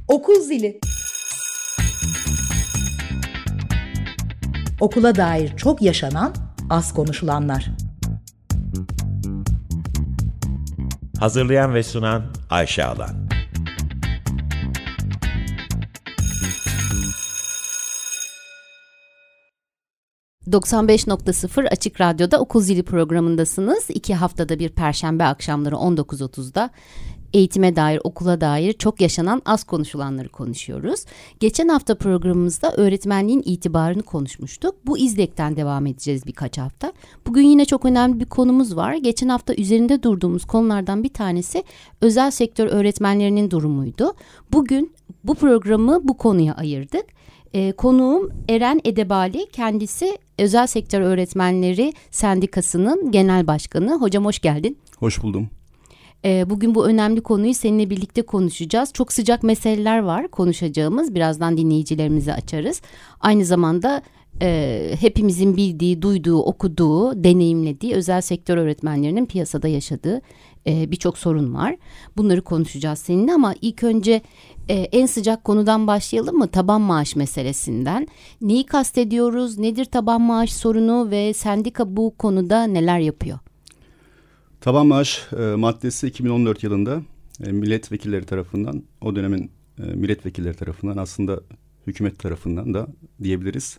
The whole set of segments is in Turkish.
Okul zili. Okula dair çok yaşanan, az konuşulanlar. Hazırlayan ve sunan Ayşe Alan. ...95.0 Açık Radyo'da Okul Zili programındasınız. 2 haftada bir Perşembe akşamları 19.30'da eğitime dair, okula dair çok yaşanan, az konuşulanları konuşuyoruz. Geçen hafta programımızda öğretmenliğin itibarını konuşmuştuk. Bu izlekten devam edeceğiz birkaç hafta. Bugün yine çok önemli bir konumuz var. Geçen hafta üzerinde durduğumuz konulardan bir tanesi özel sektör öğretmenlerinin durumuydu. Bugün bu programı bu konuya ayırdık. Konuğum Eren Edebali, kendisi Özel Sektör Öğretmenleri Sendikası'nın genel başkanı. Hocam hoş geldin. Hoş buldum. Bugün bu önemli konuyu seninle birlikte konuşacağız. Çok sıcak meseleler var konuşacağımız. Birazdan dinleyicilerimize açarız. Aynı zamanda hepimizin bildiği, duyduğu, okuduğu, deneyimlediği özel sektör öğretmenlerinin piyasada yaşadığı birçok sorun var. Bunları konuşacağız seninle ama ilk önce en sıcak konudan başlayalım mı? Taban maaş meselesinden. Neyi kastediyoruz? Nedir taban maaş sorunu ve sendika bu konuda neler yapıyor? Taban maaş maddesi 2014 yılında milletvekilleri tarafından, o dönemin milletvekilleri tarafından, aslında hükümet tarafından da diyebiliriz,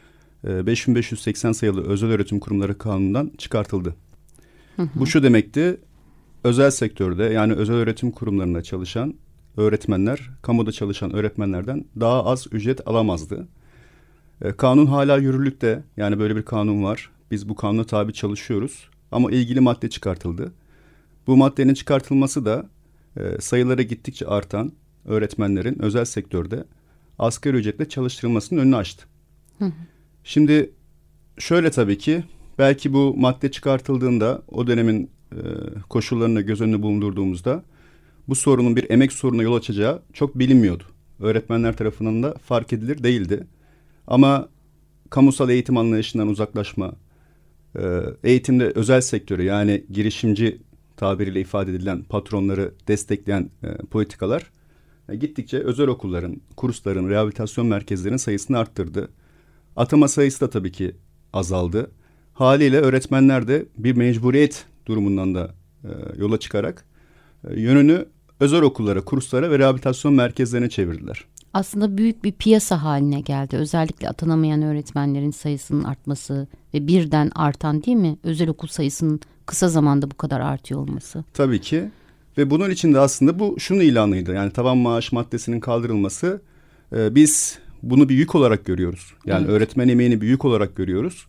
5580 sayılı Özel Öğretim Kurumları Kanunu'ndan çıkartıldı. Bu şu demekti: özel sektörde, yani özel öğretim kurumlarında çalışan öğretmenler, kamuda çalışan öğretmenlerden daha az ücret alamazdı. Kanun hala yürürlükte, yani böyle bir kanun var. Biz bu kanuna tabi çalışıyoruz. Ama ilgili madde çıkartıldı. Bu maddenin çıkartılması da sayıları gittikçe artan öğretmenlerin özel sektörde asgari ücretle çalıştırılmasının önünü açtı. Şimdi şöyle, tabii ki belki bu madde çıkartıldığında, o dönemin koşullarını göz önüne bulundurduğumuzda bu sorunun bir emek sorununa yol açacağı çok bilinmiyordu. Öğretmenler tarafından da fark edilir değildi. Ama kamusal eğitim anlayışından uzaklaşma, eğitimde özel sektörü, yani girişimci tabiriyle ifade edilen patronları destekleyen politikalar gittikçe özel okulların, kursların, rehabilitasyon merkezlerinin sayısını arttırdı. Atama sayısı da tabii ki azaldı. Haliyle öğretmenler de bir mecburiyet durumundan da yola çıkarak yönünü özel okullara, kurslara ve rehabilitasyon merkezlerine çevirdiler. Aslında büyük bir piyasa haline geldi. Özellikle atanamayan öğretmenlerin sayısının artması ve birden artan, değil mi? Özel okul sayısının kısa zamanda bu kadar artıyor olması. Tabii ki. Ve bunun için de aslında bu şunun ilanıydı. Yani taban maaş maddesinin kaldırılması. Biz bunu bir yük olarak görüyoruz. Yani evet, öğretmen emeğini bir yük olarak görüyoruz.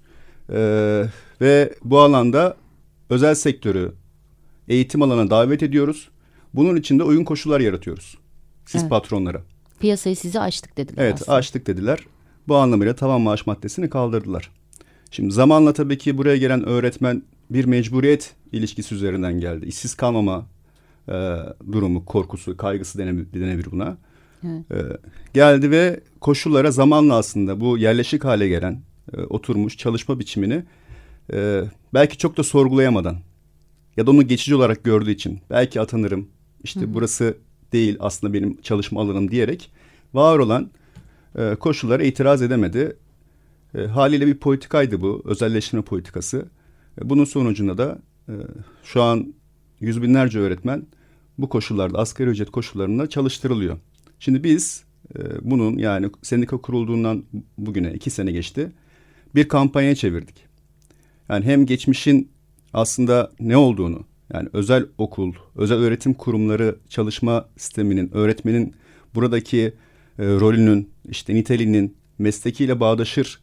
Ve bu alanda özel sektörü eğitim alanına davet ediyoruz. Bunun için de uygun koşullar yaratıyoruz. Siz evet, patronlara. Piyasayı size açtık dediler. Evet, aslında açtık dediler. Bu anlamıyla taban maaş maddesini kaldırdılar. Şimdi zamanla tabii ki buraya gelen öğretmen bir mecburiyet ilişkisi üzerinden geldi. İşsiz kalmama durumu, korkusu, kaygısı denebilir buna. Evet. Geldi ve koşullara zamanla aslında bu yerleşik hale gelen oturmuş çalışma biçimini belki çok da sorgulayamadan ya da onu geçici olarak gördüğü için belki atanırım, işte burası değil aslında benim çalışma alanım diyerek var olan koşullara itiraz edemedi. Haliyle bir politikaydı bu, özelleştirme politikası. Bunun sonucunda da şu an yüz binlerce öğretmen bu koşullarda, asgari ücret koşullarında çalıştırılıyor. Şimdi biz bunun, yani sendika kurulduğundan bugüne 2 sene geçti, bir kampanya çevirdik. Yani hem geçmişin aslında ne olduğunu, yani özel okul, özel öğretim kurumları çalışma sisteminin, öğretmenin buradaki rolünün, işte niteliğinin meslekiyle bağdaşır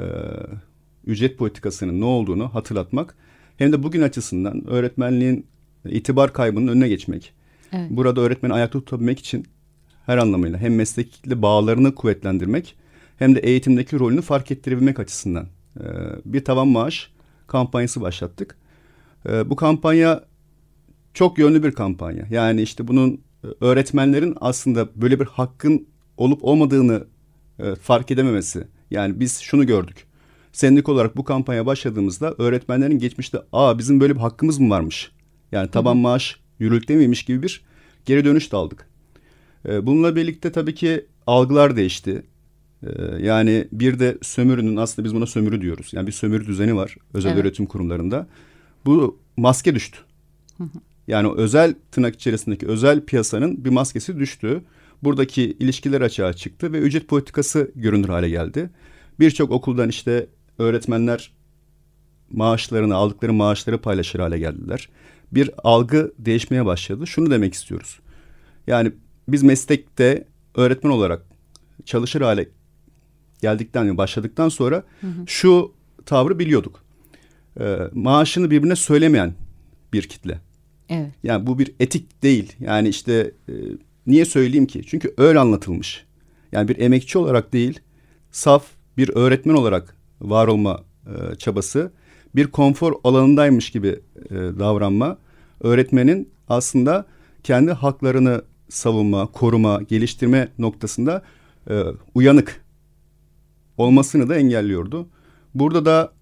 ücret politikasının ne olduğunu hatırlatmak, hem de bugün açısından öğretmenliğin itibar kaybının önüne geçmek. Evet. Burada öğretmeni ayakta tutabilmek için her anlamıyla hem meslekle bağlarını kuvvetlendirmek hem de eğitimdeki rolünü fark ettirebilmek açısından bir taban maaş kampanyası başlattık. Bu kampanya çok yönlü bir kampanya. Yani işte bunun öğretmenlerin aslında böyle bir hakkın olup olmadığını fark edememesi. Yani biz şunu gördük. Sendik olarak bu kampanya başladığımızda öğretmenlerin geçmişte bizim böyle bir hakkımız mı varmış? Yani taban maaş yürürlükte miymiş gibi bir geri dönüş de aldık. Bununla birlikte tabii ki algılar değişti. Yani bir de sömürünün, aslında biz buna sömürü diyoruz. Yani bir sömürü düzeni var özel öğretim kurumlarında. Bu maske düştü. Yani o özel tırnak içerisindeki özel piyasanın bir maskesi düştü. Buradaki ilişkiler açığa çıktı ve ücret politikası görünür hale geldi. Birçok okuldan işte öğretmenler aldıkları maaşları paylaşır hale geldiler. Bir algı değişmeye başladı. Şunu demek istiyoruz. Yani biz meslekte öğretmen olarak çalışır hale başladıktan sonra şu tavrı biliyorduk. Maaşını birbirine söylemeyen bir kitle. Evet. Yani bu bir etik değil. Yani işte niye söyleyeyim ki? Çünkü öyle anlatılmış. Yani bir emekçi olarak değil, saf bir öğretmen olarak var olma çabası, bir konfor alanındaymış gibi davranma, öğretmenin aslında kendi haklarını savunma, koruma, geliştirme noktasında uyanık olmasını da engelliyordu. Burada da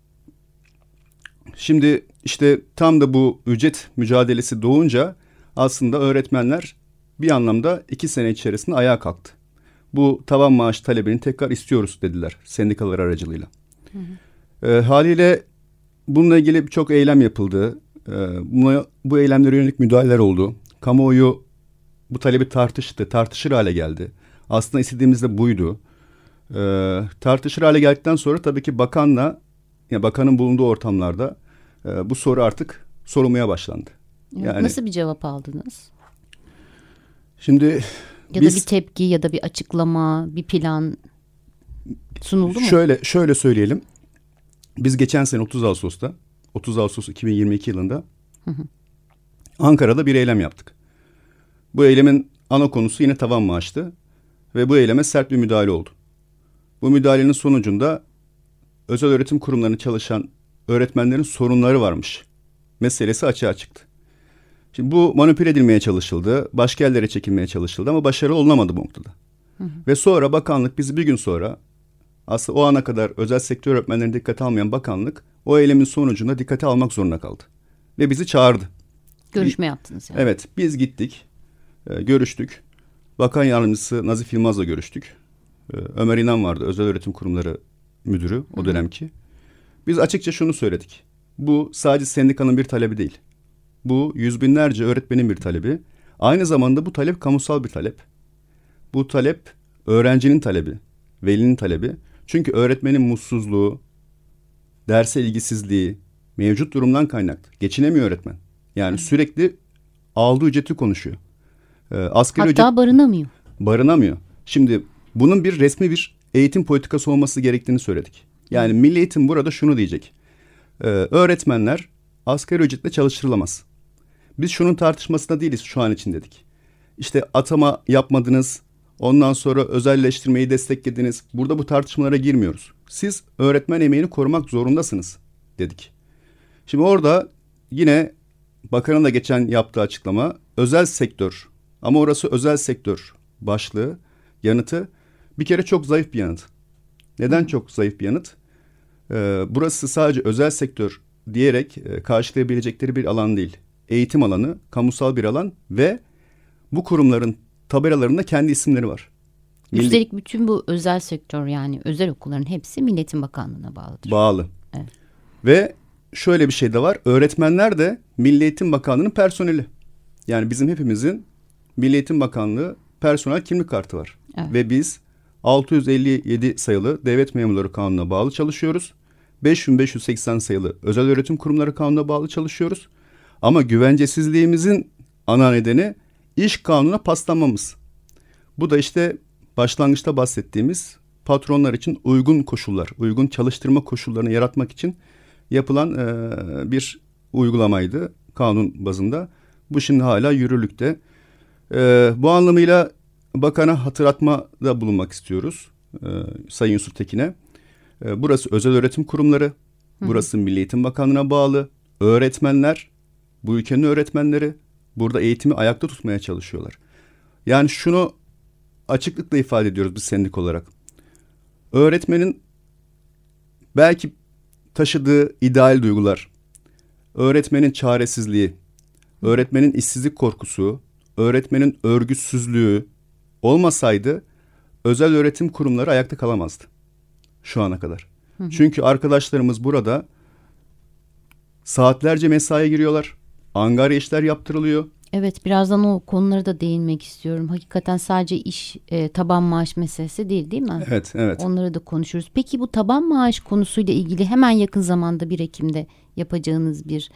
şimdi işte tam da bu ücret mücadelesi doğunca aslında öğretmenler bir anlamda 2 sene içerisinde ayağa kalktı. Bu tavan maaş talebini tekrar istiyoruz dediler sendikalar aracılığıyla. Haliyle bununla ilgili birçok eylem yapıldı. Bu eylemlere yönelik müdahaleler oldu. Kamuoyu bu talebi tartışır hale geldi. Aslında istediğimiz de buydu. Tartışır hale geldikten sonra tabii ki bakanın bulunduğu ortamlarda bu soru artık sorulmaya başlandı. Yani, nasıl bir cevap aldınız? Şimdi ya da bir tepki ya da bir açıklama, bir plan sunuldu mu? Şöyle söyleyelim. Biz geçen sene 30 Ağustos 2022 yılında Ankara'da bir eylem yaptık. Bu eylemin ana konusu yine tavan maaştı ve bu eyleme sert bir müdahale oldu. Bu müdahalenin sonucunda özel öğretim kurumlarında çalışan öğretmenlerin sorunları varmış meselesi açığa çıktı. Şimdi bu manipüle edilmeye çalışıldı, başka yerlere çekilmeye çalışıldı ama başarılı olunamadı bu noktada. Ve sonra bakanlık bizi bir gün sonra, aslında o ana kadar özel sektör öğretmenlerini dikkate almayan bakanlık o eylemin sonucunda dikkate almak zorunda kaldı. Ve bizi çağırdı. Görüşme yaptınız yani. Evet, biz gittik, görüştük. Bakan Yardımcısı Nazif Yılmaz'la görüştük. Ömer İnan vardı, özel öğretim kurumları müdürü o dönemki. Biz açıkça şunu söyledik. Bu sadece sendikanın bir talebi değil. Bu yüz binlerce öğretmenin bir talebi. Aynı zamanda bu talep kamusal bir talep. Bu talep öğrencinin talebi, velinin talebi. Çünkü öğretmenin mutsuzluğu, derse ilgisizliği, mevcut durumdan kaynaklı. Geçinemiyor öğretmen. Yani sürekli aldığı ücreti konuşuyor. Hatta barınamıyor. Şimdi bunun bir resmi bir eğitim politikası olması gerektiğini söyledik. Yani Milli Eğitim burada şunu diyecek. Öğretmenler asgari ücretle çalıştırılamaz. Biz şunun tartışmasında değiliz şu an için dedik. İşte atama yapmadınız, ondan sonra özelleştirmeyi desteklediniz. Burada bu tartışmalara girmiyoruz. Siz öğretmen emeğini korumak zorundasınız dedik. Şimdi orada yine bakanın da geçen yaptığı açıklama özel sektör ama orası özel sektör başlığı yanıtı bir kere çok zayıf bir yanıt. Neden çok zayıf bir yanıt? Burası sadece özel sektör diyerek karşılayabilecekleri bir alan değil. Eğitim alanı, kamusal bir alan ve bu kurumların tabelalarında kendi isimleri var. Üstelik bütün bu özel sektör yani özel okulların hepsi Milli Eğitim Bakanlığı'na bağlıdır. Bağlı. Evet. Ve şöyle bir şey de var. Öğretmenler de Milli Eğitim Bakanlığı'nın personeli. Yani bizim hepimizin Milli Eğitim Bakanlığı personel kimlik kartı var. Evet. Ve biz 657 sayılı Devlet Memurları Kanunu'na bağlı çalışıyoruz. 5580 sayılı Özel Öğretim Kurumları Kanunu'na bağlı çalışıyoruz. Ama güvencesizliğimizin ana nedeni iş kanununa paslanmamız. Bu da işte başlangıçta bahsettiğimiz patronlar için uygun koşullar, uygun çalıştırma koşullarını yaratmak için yapılan bir uygulamaydı kanun bazında. Bu şimdi hala yürürlükte. Bu anlamıyla bakana hatırlatmada bulunmak istiyoruz Sayın Yusuf Tekin'e. Burası özel öğretim kurumları, burası Milli Eğitim Bakanlığı'na bağlı. Öğretmenler, bu ülkenin öğretmenleri burada eğitimi ayakta tutmaya çalışıyorlar. Yani şunu açıklıkla ifade ediyoruz biz sendik olarak. Öğretmenin belki taşıdığı ideal duygular, öğretmenin çaresizliği, öğretmenin işsizlik korkusu, öğretmenin örgütsüzlüğü, olmasaydı özel öğretim kurumları ayakta kalamazdı şu ana kadar. Çünkü arkadaşlarımız burada saatlerce mesaiye giriyorlar. Angarya işler yaptırılıyor. Evet, birazdan o konulara da değinmek istiyorum. Hakikaten sadece iş taban maaş meselesi değil mi? Evet, evet. Onları da konuşuruz. Peki bu taban maaş konusuyla ilgili hemen yakın zamanda 1 Ekim'de yapacağınız bir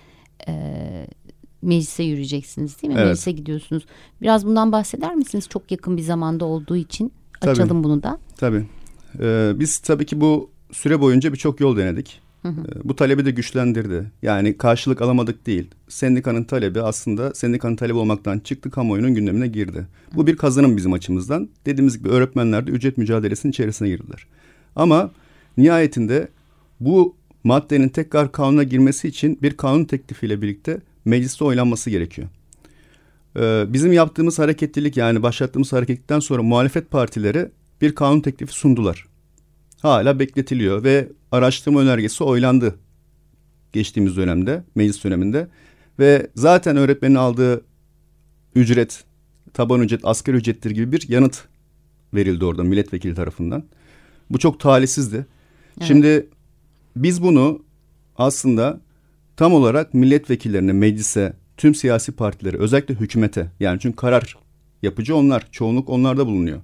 meclise yürüyeceksiniz değil mi? Evet. Meclise gidiyorsunuz. Biraz bundan bahseder misiniz? Çok yakın bir zamanda olduğu için açalım bunu da. Tabii. Biz tabii ki bu süre boyunca birçok yol denedik. Bu talebi de güçlendirdi. Yani karşılık alamadık değil. Sendikanın talebi aslında sendikanın talebi olmaktan çıktı, kamuoyunun gündemine girdi. Bu bir kazanım bizim açımızdan. Dediğimiz gibi öğretmenler de ücret mücadelesinin içerisine girdiler. Ama nihayetinde bu maddenin tekrar kanuna girmesi için bir kanun teklifiyle birlikte mecliste oylanması gerekiyor. Bizim yaptığımız hareketlilik, yani başlattığımız hareketlikten sonra muhalefet partileri bir kanun teklifi sundular. Hala bekletiliyor ve araştırma önergesi oylandı geçtiğimiz dönemde, meclis döneminde. Ve zaten öğretmenin aldığı ücret, taban ücret, asgari ücrettir gibi bir yanıt verildi orada milletvekili tarafından. Bu çok talihsizdi. Evet. Şimdi biz bunu aslında tam olarak milletvekillerine, meclise, tüm siyasi partilere, özellikle hükümete, yani çünkü karar yapıcı onlar, çoğunluk onlarda bulunuyor.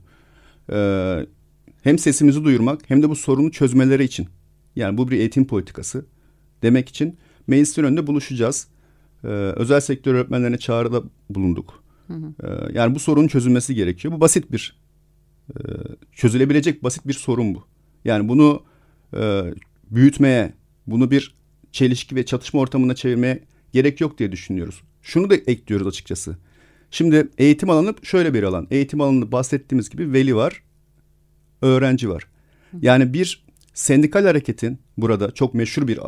Hem sesimizi duyurmak hem de bu sorunu çözmeleri için, yani bu bir eğitim politikası demek için meclisin önünde buluşacağız. Özel sektör öğretmenlerine çağrıda bulunduk. Yani bu sorunun çözülmesi gerekiyor. Bu basit bir çözülebilecek basit bir sorun bu. Yani bunu büyütmeye, bunu bir çelişki ve çatışma ortamına çevirmeye gerek yok diye düşünüyoruz. Şunu da ekliyoruz açıkçası. Şimdi eğitim alanı şöyle bir alan. Eğitim alanında bahsettiğimiz gibi veli var, öğrenci var. Yani bir sendikal hareketin burada çok meşhur bir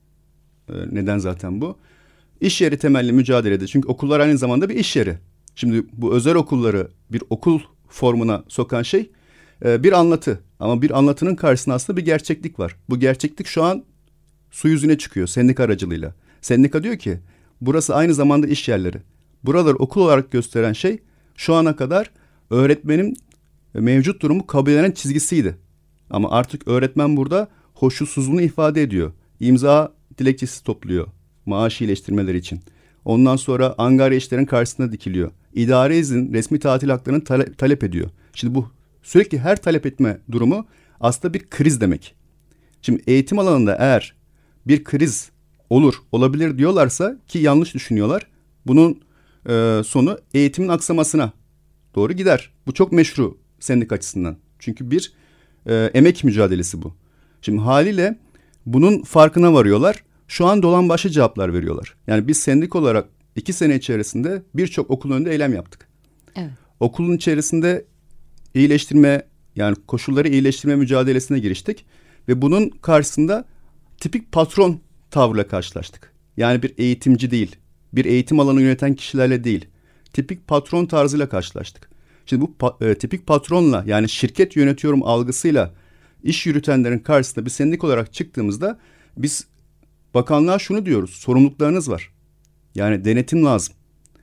neden zaten bu. İş yeri temelli mücadelede. Çünkü okullar aynı zamanda bir iş yeri. Şimdi bu özel okulları bir okul formuna sokan şey bir anlatı. Ama bir anlatının karşısında aslında bir gerçeklik var. Bu gerçeklik şu an su yüzüne çıkıyor sendika aracılığıyla. Sendika diyor ki burası aynı zamanda iş yerleri. Buraları okul olarak gösteren şey şu ana kadar öğretmenin mevcut durumu kabullenen çizgisiydi. Ama artık öğretmen burada hoşnutsuzluğunu ifade ediyor. İmza dilekçesi topluyor maaş iyileştirmeleri için. Ondan sonra angarya işlerin karşısına dikiliyor. İdari izin, resmi tatil haklarını talep ediyor. Şimdi bu sürekli her talep etme durumu aslında bir kriz demek. Şimdi eğitim alanında eğer bir kriz olabilir diyorlarsa, ki yanlış düşünüyorlar, bunun sonu eğitimin aksamasına doğru gider. Bu çok meşru sendika açısından. Çünkü bir emek mücadelesi bu. Şimdi haliyle bunun farkına varıyorlar. Şu an dolan başlı cevaplar veriyorlar. Yani biz sendik olarak 2 sene içerisinde birçok okulun önünde eylem yaptık. Evet. Okulun içerisinde iyileştirme, yani koşulları iyileştirme mücadelesine giriştik. Ve bunun karşısında tipik patron tavrıyla karşılaştık. Yani bir eğitimci değil, bir eğitim alanı yöneten kişilerle değil, tipik patron tarzıyla karşılaştık. Şimdi bu tipik patronla, yani şirket yönetiyorum algısıyla iş yürütenlerin karşısında bir sendik olarak çıktığımızda biz bakanlığa şunu diyoruz: sorumluluklarınız var. Yani denetim lazım.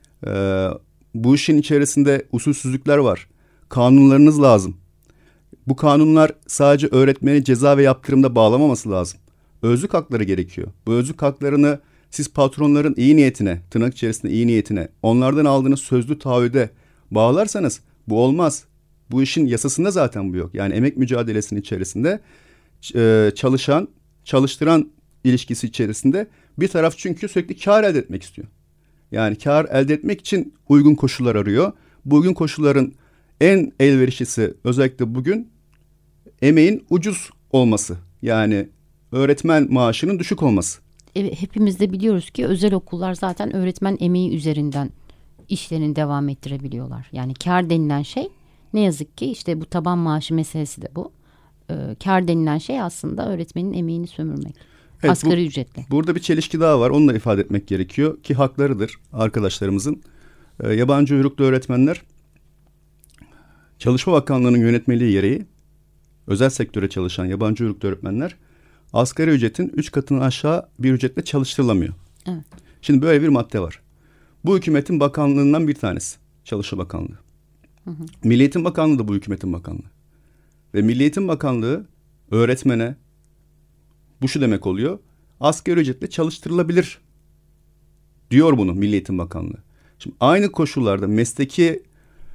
Bu işin içerisinde usulsüzlükler var. Kanunlarınız lazım. Bu kanunlar sadece öğretmeni ceza ve yaptırımda bağlamaması lazım. Özlük hakları gerekiyor. Bu özlük haklarını siz patronların iyi niyetine, tırnak içerisinde iyi niyetine, onlardan aldığınız sözlü taahhüde bağlarsanız bu olmaz. Bu işin yasasında zaten bu yok. Yani emek mücadelesinin içerisinde çalıştıran ilişkisi içerisinde bir taraf çünkü sürekli kar elde etmek istiyor. Yani kar elde etmek için uygun koşullar arıyor. Bu uygun koşulların en elverişlisi özellikle bugün emeğin ucuz olması. Yani öğretmen maaşının düşük olması. Hepimiz de biliyoruz ki özel okullar zaten öğretmen emeği üzerinden işlerini devam ettirebiliyorlar. Yani kar denilen şey, ne yazık ki işte bu taban maaşı meselesi de bu. Kar denilen şey aslında öğretmenin emeğini sömürmek. Evet, asgari ücretle. Burada bir çelişki daha var. Onu da ifade etmek gerekiyor ki haklarıdır arkadaşlarımızın. Yabancı uyruklu öğretmenler Çalışma Bakanlığı'nın yönetmeliği gereği özel sektöre çalışan yabancı uyruklu öğretmenler asgari ücretin 3 katından aşağı bir ücretle çalıştırılamıyor. Evet. Şimdi böyle bir madde var. Bu hükümetin bakanlığından bir tanesi. Çalışma Bakanlığı. Milli Eğitim Bakanlığı da bu hükümetin bakanlığı. Ve Milli Eğitim Bakanlığı öğretmene bu şu demek oluyor. Asgari ücretle çalıştırılabilir diyor bunu Milli Eğitim Bakanlığı. Şimdi aynı koşullarda mesleki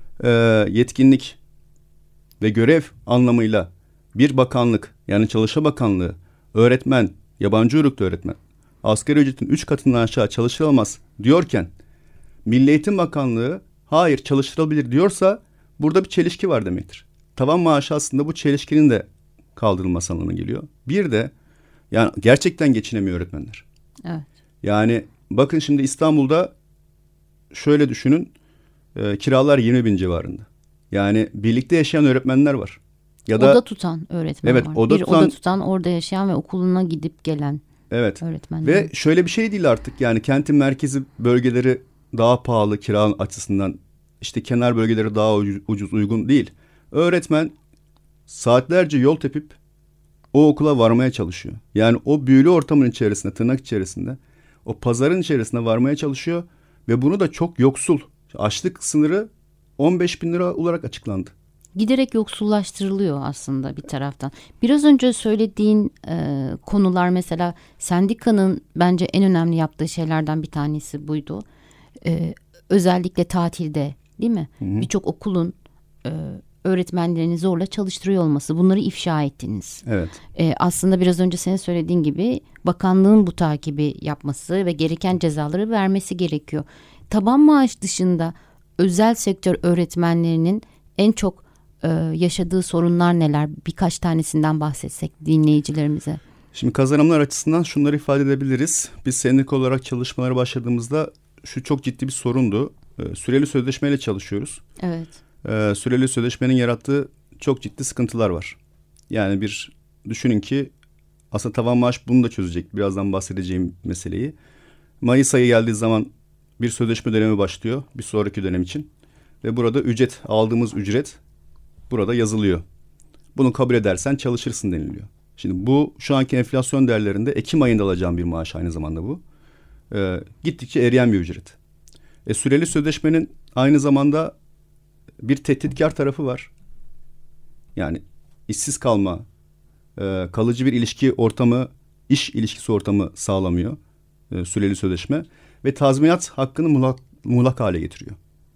yetkinlik ve görev anlamıyla bir bakanlık, yani Çalışma Bakanlığı, öğretmen, yabancı uyruklu öğretmen asgari ücretin 3 katından aşağı çalıştırılamaz diyorken Milli Eğitim Bakanlığı hayır çalıştırılabilir diyorsa burada bir çelişki var demektir. Tavan maaşı aslında bu çelişkinin de kaldırılması anlamına geliyor. Bir de yani gerçekten geçinemiyor öğretmenler. Evet. Yani bakın şimdi İstanbul'da şöyle düşünün, kiralar 20.000 civarında. Yani birlikte yaşayan öğretmenler var. Ya da oda tutan öğretmen evet, var. oda tutan, orada yaşayan ve okuluna gidip gelen öğretmenler. Ve şöyle bir şey değil artık, yani kentin merkezi bölgeleri daha pahalı kira açısından, işte kenar bölgeleri daha ucuz, uygun değil. Öğretmen saatlerce yol tepip o okula varmaya çalışıyor. Yani o büyülü ortamın içerisinde, tırnak içerisinde, o pazarın içerisinde varmaya çalışıyor ve bunu da çok yoksul. Açlık sınırı 15.000 lira olarak açıklandı. Giderek yoksullaştırılıyor aslında bir taraftan. Biraz önce söylediğin konular, mesela sendikanın bence en önemli yaptığı şeylerden bir tanesi buydu. Özellikle tatilde, değil mi? Birçok okulun öğretmenlerini zorla çalıştırıyor olması. Bunları ifşa ettiniz. Evet. Aslında biraz önce senin söylediğin gibi bakanlığın bu takibi yapması ve gereken cezaları vermesi gerekiyor. Taban maaş dışında özel sektör öğretmenlerinin en çok yaşadığı sorunlar neler? Birkaç tanesinden bahsetsek dinleyicilerimize. Şimdi kazanımlar açısından şunları ifade edebiliriz. Biz sendika olarak çalışmalara başladığımızda şu çok ciddi bir sorundu. Süreli sözleşmeyle çalışıyoruz. Evet. Süreli sözleşmenin yarattığı çok ciddi sıkıntılar var. Yani bir düşünün ki aslında tavan maaş bunu da çözecek. Birazdan bahsedeceğim meseleyi. Mayıs ayı geldiği zaman bir sözleşme dönemi başlıyor bir sonraki dönem için. Ve burada aldığımız ücret burada yazılıyor. Bunu kabul edersen çalışırsın deniliyor. Şimdi bu şu anki enflasyon değerlerinde Ekim ayında alacağım bir maaş aynı zamanda bu. Gittikçe eriyen bir ücret. Süreli sözleşmenin aynı zamanda bir tehditkar tarafı var. Yani işsiz kalma, kalıcı bir iş ilişkisi ortamı sağlamıyor süreli sözleşme ve tazminat hakkını muğlak hale getiriyor.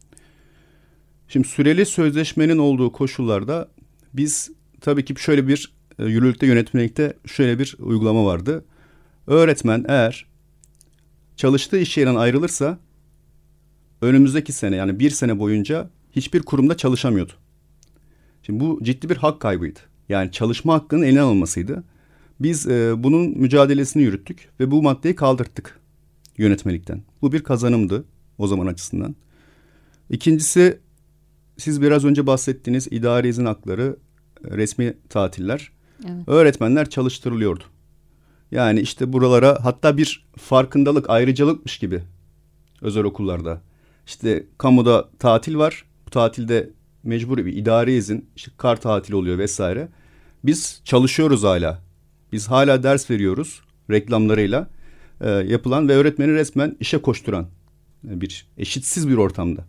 Şimdi süreli sözleşmenin olduğu koşullarda biz tabii ki şöyle bir yürürlükte, yönetmelikte şöyle bir uygulama vardı. Öğretmen eğer çalıştığı iş yerinden ayrılırsa önümüzdeki sene, yani bir sene boyunca hiçbir kurumda çalışamıyordu. Şimdi bu ciddi bir hak kaybıydı. Yani çalışma hakkının eline alınmasıydı. Biz bunun mücadelesini yürüttük ve bu maddeyi kaldırttık yönetmelikten. Bu bir kazanımdı o zaman açısından. İkincisi, siz biraz önce bahsettiğiniz idari izin hakları, resmi tatiller. Evet. Öğretmenler çalıştırılıyordu. Yani işte buralara hatta bir farkındalık, ayrıcalıkmış gibi özel okullarda. İşte kamuda tatil var. Bu tatilde mecburi bir idari izin, işte kar tatili oluyor vesaire. Biz çalışıyoruz hala. Biz hala ders veriyoruz reklamlarıyla yapılan ve öğretmeni resmen işe koşturan bir eşitsiz bir ortamda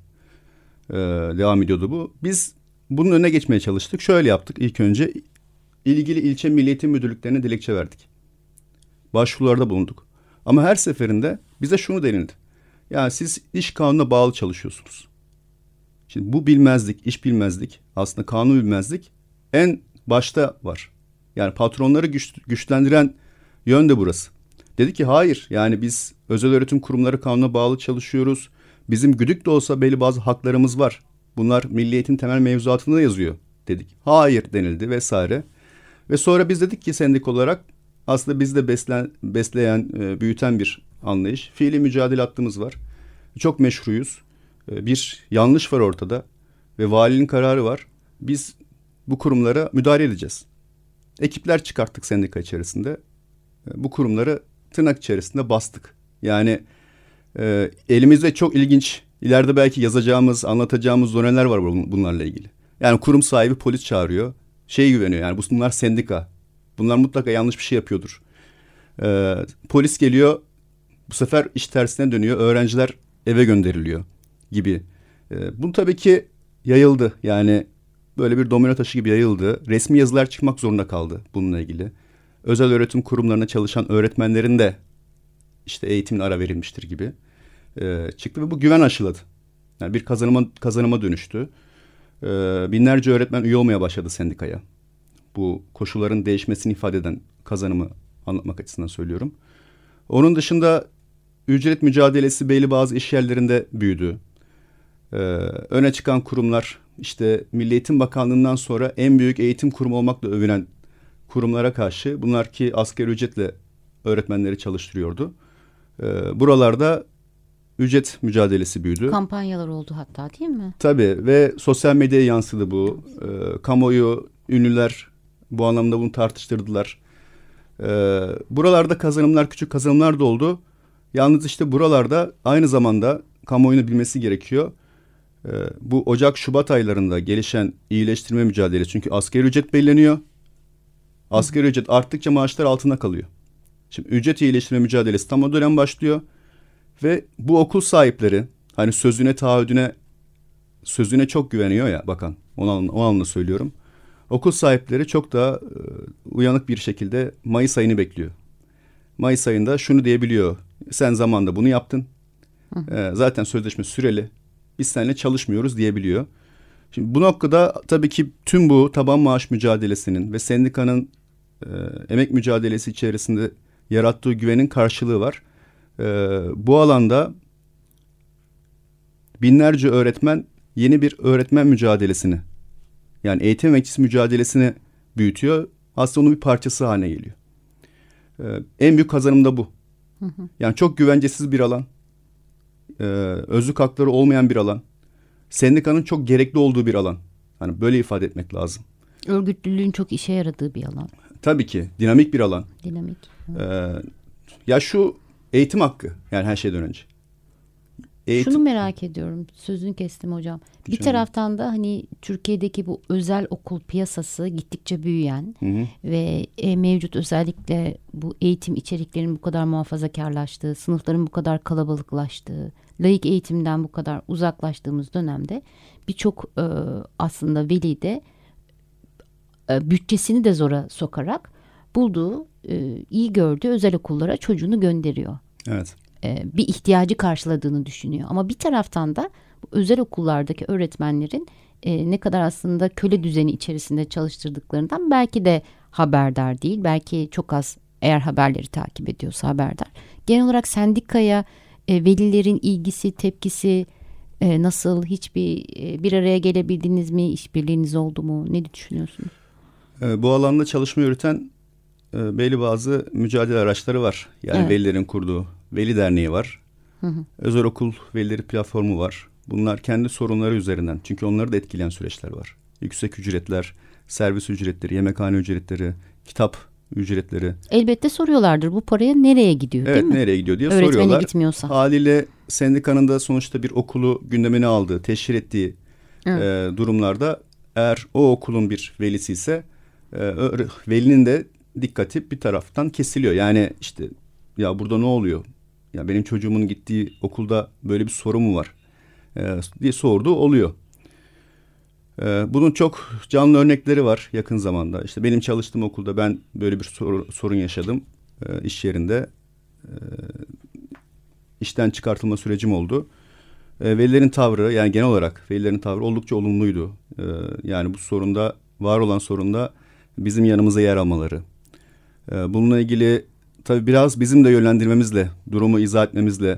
devam ediyordu bu. Biz bunun önüne geçmeye çalıştık. Şöyle yaptık ilk önce. İlgili ilçe milli eğitim müdürlüklerine dilekçe verdik. Başvurularda bulunduk. Ama her seferinde bize şunu denildi. Yani siz iş kanununa bağlı çalışıyorsunuz. Şimdi bu bilmezlik, iş bilmezlik, aslında kanun bilmezlik en başta var. Yani patronları güçlendiren yön de burası. Dedi ki hayır, yani biz özel öğretim kurumları kanuna bağlı çalışıyoruz. Bizim güdük de olsa belli bazı haklarımız var. Bunlar Milli Eğitim temel mevzuatında yazıyor dedik. Hayır denildi vesaire. Ve sonra biz dedik ki sendik olarak aslında bizi de besleyen, büyüten bir anlayış. Fiili mücadele hattımız var. Çok meşruyuz. Bir yanlış var ortada ve valinin kararı var. Biz bu kurumlara müdahale edeceğiz. Ekipler çıkarttık sendika içerisinde. Bu kurumları tırnak içerisinde bastık. Yani elimizde çok ilginç, ileride belki yazacağımız, anlatacağımız doneler var bunlarla ilgili. Yani kurum sahibi polis çağırıyor. Güveniyor, yani bunlar sendika. Bunlar mutlaka yanlış bir şey yapıyordur. Polis geliyor, bu sefer iş tersine dönüyor. Öğrenciler eve gönderiliyor gibi. Bunu tabii ki yayıldı. Yani böyle bir domino taşı gibi yayıldı. Resmi yazılar çıkmak zorunda kaldı bununla ilgili. Özel öğretim kurumlarına çalışan öğretmenlerin de işte eğitimine ara verilmiştir gibi çıktı ve bu güven aşıladı. Yani bir kazanıma dönüştü. Binlerce öğretmen üye olmaya başladı sendikaya. Bu koşulların değişmesini ifade eden kazanımı anlatmak açısından söylüyorum. Onun dışında ücret mücadelesi belli bazı iş yerlerinde büyüdü. Öne çıkan kurumlar, işte Milli Eğitim Bakanlığı'ndan sonra en büyük eğitim kurumu olmakla övünen kurumlara karşı, bunlar ki asgari ücretle öğretmenleri çalıştırıyordu. Buralarda ücret mücadelesi büyüdü. Kampanyalar oldu hatta, değil mi? Tabii ve sosyal medyaya yansıdı bu. Kamuoyu, ünlüler bu anlamda bunu tartıştırdılar. Buralarda kazanımlar, küçük kazanımlar da oldu. Yalnız işte buralarda aynı zamanda kamuoyunun bilmesi gerekiyor. Bu Ocak-Şubat aylarında gelişen iyileştirme mücadelesi. Çünkü asgari ücret belirleniyor. Asgari ücret arttıkça maaşlar altında kalıyor. Şimdi ücret iyileştirme mücadelesi tam o dönem başlıyor. Ve bu okul sahipleri hani sözüne çok güveniyor ya bakan. O anlamda söylüyorum. Okul sahipleri çok daha uyanık bir şekilde Mayıs ayını bekliyor. Mayıs ayında şunu diyebiliyor. Sen zamanında bunu yaptın. Zaten sözleşme süreli. Biz seninle çalışmıyoruz diyebiliyor. Şimdi bu noktada tabii ki tüm bu taban maaş mücadelesinin ve sendikanın emek mücadelesi içerisinde yarattığı güvenin karşılığı var. Bu alanda binlerce öğretmen yeni bir öğretmen mücadelesini, yani eğitim emekçisi mücadelesini büyütüyor. Aslında onun bir parçası haline geliyor. En büyük kazanım da bu. Yani çok güvencesiz bir alan. Özlük hakları olmayan bir alan. Sendikanın çok gerekli olduğu bir alan. Hani böyle ifade etmek lazım. Örgütlülüğün çok işe yaradığı bir alan. Tabii ki. Dinamik bir alan. Dinamik. Ya şu eğitim hakkı, yani her şeyden önce. Şunu merak ediyorum. Sözünü kestim hocam. Bir taraftan da hani Türkiye'deki bu özel okul piyasası gittikçe büyüyen ve mevcut özellikle bu eğitim içeriklerinin bu kadar muhafazakarlaştığı, sınıfların bu kadar kalabalıklaştığı, laik eğitimden bu kadar uzaklaştığımız dönemde birçok aslında veli de bütçesini de zora sokarak bulduğu, iyi gördüğü özel okullara çocuğunu gönderiyor. Evet. Bir ihtiyacı karşıladığını düşünüyor. Ama bir taraftan da bu özel okullardaki öğretmenlerin ne kadar aslında köle düzeni içerisinde çalıştırdıklarından belki de haberdar değil. Belki çok az, eğer haberleri takip ediyorsa haberdar. Genel olarak sendikaya velilerin ilgisi, tepkisi nasıl? Bir araya gelebildiniz mi? İşbirliğiniz oldu mu? Ne düşünüyorsunuz? Bu alanda çalışma yürüten belli bazı mücadele araçları var. Yani velilerin kurduğu Veli Derneği var. Özel okul velileri platformu var. Bunlar kendi sorunları üzerinden. Çünkü onları da etkileyen süreçler var. Yüksek ücretler, servis ücretleri, yemekhane ücretleri, kitap ücretleri. Elbette soruyorlardır bu paraya nereye gidiyor, değil mi? Evet, nereye gidiyor diye öğretmene soruyorlar. Gitmiyorsa. Haliyle sendikanın da sonuçta bir okulu gündemine aldığı, teşhir ettiği durumlarda eğer o okulun bir velisi ise velinin de dikkati bir taraftan kesiliyor. Yani işte ya burada ne oluyor? Ya benim çocuğumun gittiği okulda böyle bir sorun mu var? Diye sorduğu oluyor. Bunun çok canlı örnekleri var yakın zamanda. İşte benim çalıştığım okulda ben böyle bir sorun yaşadım. İş yerinde. İşten çıkartılma sürecim oldu. Velilerin tavrı, yani genel olarak velilerin tavrı oldukça olumluydu. Yani bu sorunda, var olan sorunda bizim yanımıza yer almaları. Bununla ilgili tabii biraz bizim de yönlendirmemizle, durumu izah etmemizle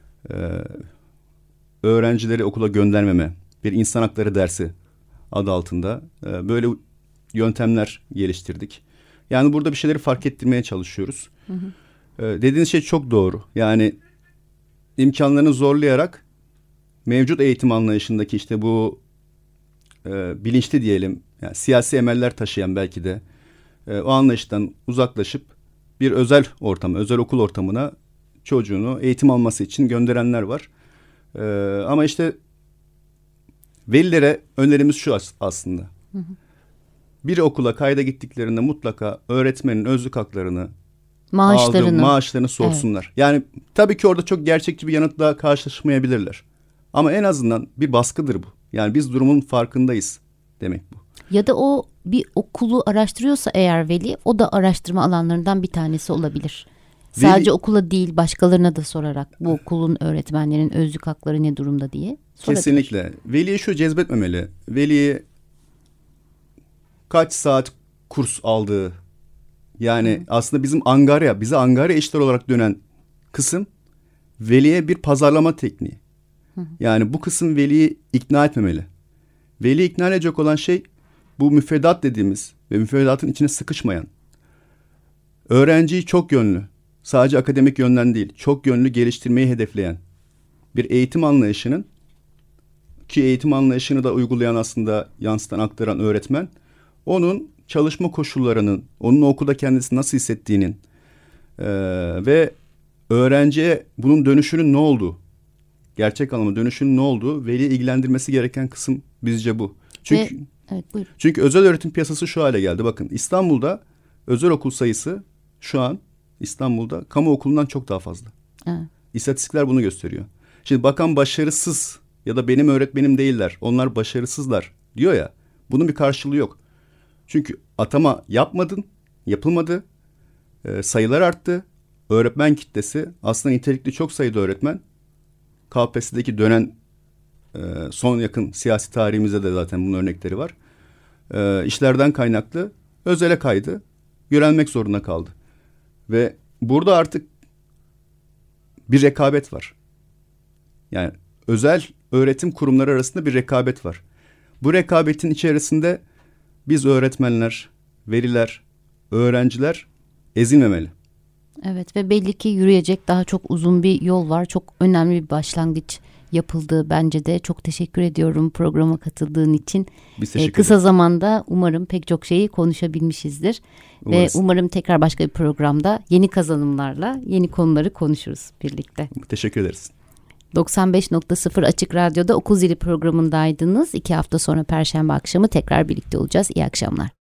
öğrencileri okula göndermeme, bir insan hakları dersi adı altında böyle yöntemler geliştirdik. Yani burada bir şeyleri fark ettirmeye çalışıyoruz. Dediğiniz şey çok doğru. Yani imkanlarını zorlayarak mevcut eğitim anlayışındaki işte bu bilinçli diyelim, yani siyasi emeller taşıyan belki de o anlayıştan uzaklaşıp bir özel ortama, özel okul ortamına çocuğunu eğitim alması için gönderenler var. Ama işte velilere önerimiz şu aslında. Bir okula kayda gittiklerinde mutlaka öğretmenin özlük haklarını, maaşlarını sorsunlar. Evet. Yani tabii ki orada çok gerçekçi bir yanıtla karşılaşmayabilirler. Ama en azından bir baskıdır bu. Yani biz durumun farkındayız demek bu. Ya da o bir okulu araştırıyorsa eğer veli, o da araştırma alanlarından bir tanesi olabilir. Sadece okula değil, başkalarına da sorarak bu okulun öğretmenlerin özlük hakları ne durumda diye sorabilir. Kesinlikle. Veliyi şu cezbetmemeli. Veliyi kaç saat kurs aldığı, yani aslında bize angarya işler olarak dönen kısım veliye bir pazarlama tekniği. Yani bu kısım veliyi ikna etmemeli. Veli ikna edecek olan şey bu müfredat dediğimiz ve müfredatın içine sıkışmayan, öğrenciyi çok yönlü, sadece akademik yönden değil, çok yönlü geliştirmeyi hedefleyen bir eğitim anlayışının, ki eğitim anlayışını da uygulayan, aslında yansıtan, aktaran öğretmen, onun çalışma koşullarının, onun okulda kendisi nasıl hissettiğinin ve öğrenciye bunun dönüşünün ne olduğu, gerçek anlamda dönüşünün ne olduğu veliyi ilgilendirmesi gereken kısım bizce bu. Evet, buyurun. Çünkü özel öğretim piyasası şu hale geldi. Bakın, İstanbul'da özel okul sayısı şu an İstanbul'da kamu okulundan çok daha fazla. Evet. İstatistikler bunu gösteriyor. Şimdi bakan başarısız ya da benim öğretmenim değiller, onlar başarısızlar diyor ya, bunun bir karşılığı yok. Çünkü atama yapılmadı, sayılar arttı, öğretmen kitlesi, aslında nitelikli çok sayıda öğretmen, KPSS'deki dönen son yakın siyasi tarihimizde de zaten bunun örnekleri var. İşlerden kaynaklı özele kaydı, yönelmek zorunda kaldı. Ve burada artık bir rekabet var. Yani özel öğretim kurumları arasında bir rekabet var. Bu rekabetin içerisinde biz öğretmenler, veliler, öğrenciler ezilmemeli. Evet, ve belli ki yürüyecek daha çok uzun bir yol var. Çok önemli bir başlangıç yapıldı bence de. Çok teşekkür ediyorum programa katıldığın için. Biz teşekkür Kısa ederiz. zamanda umarım pek çok şeyi konuşabilmişizdir. Umarız. Ve umarım tekrar başka bir programda yeni kazanımlarla yeni konuları konuşuruz birlikte. Teşekkür ederiz. 95.0 Açık Radyo'da Okul Zili programındaydınız. 2 hafta sonra Perşembe akşamı tekrar birlikte olacağız. İyi akşamlar.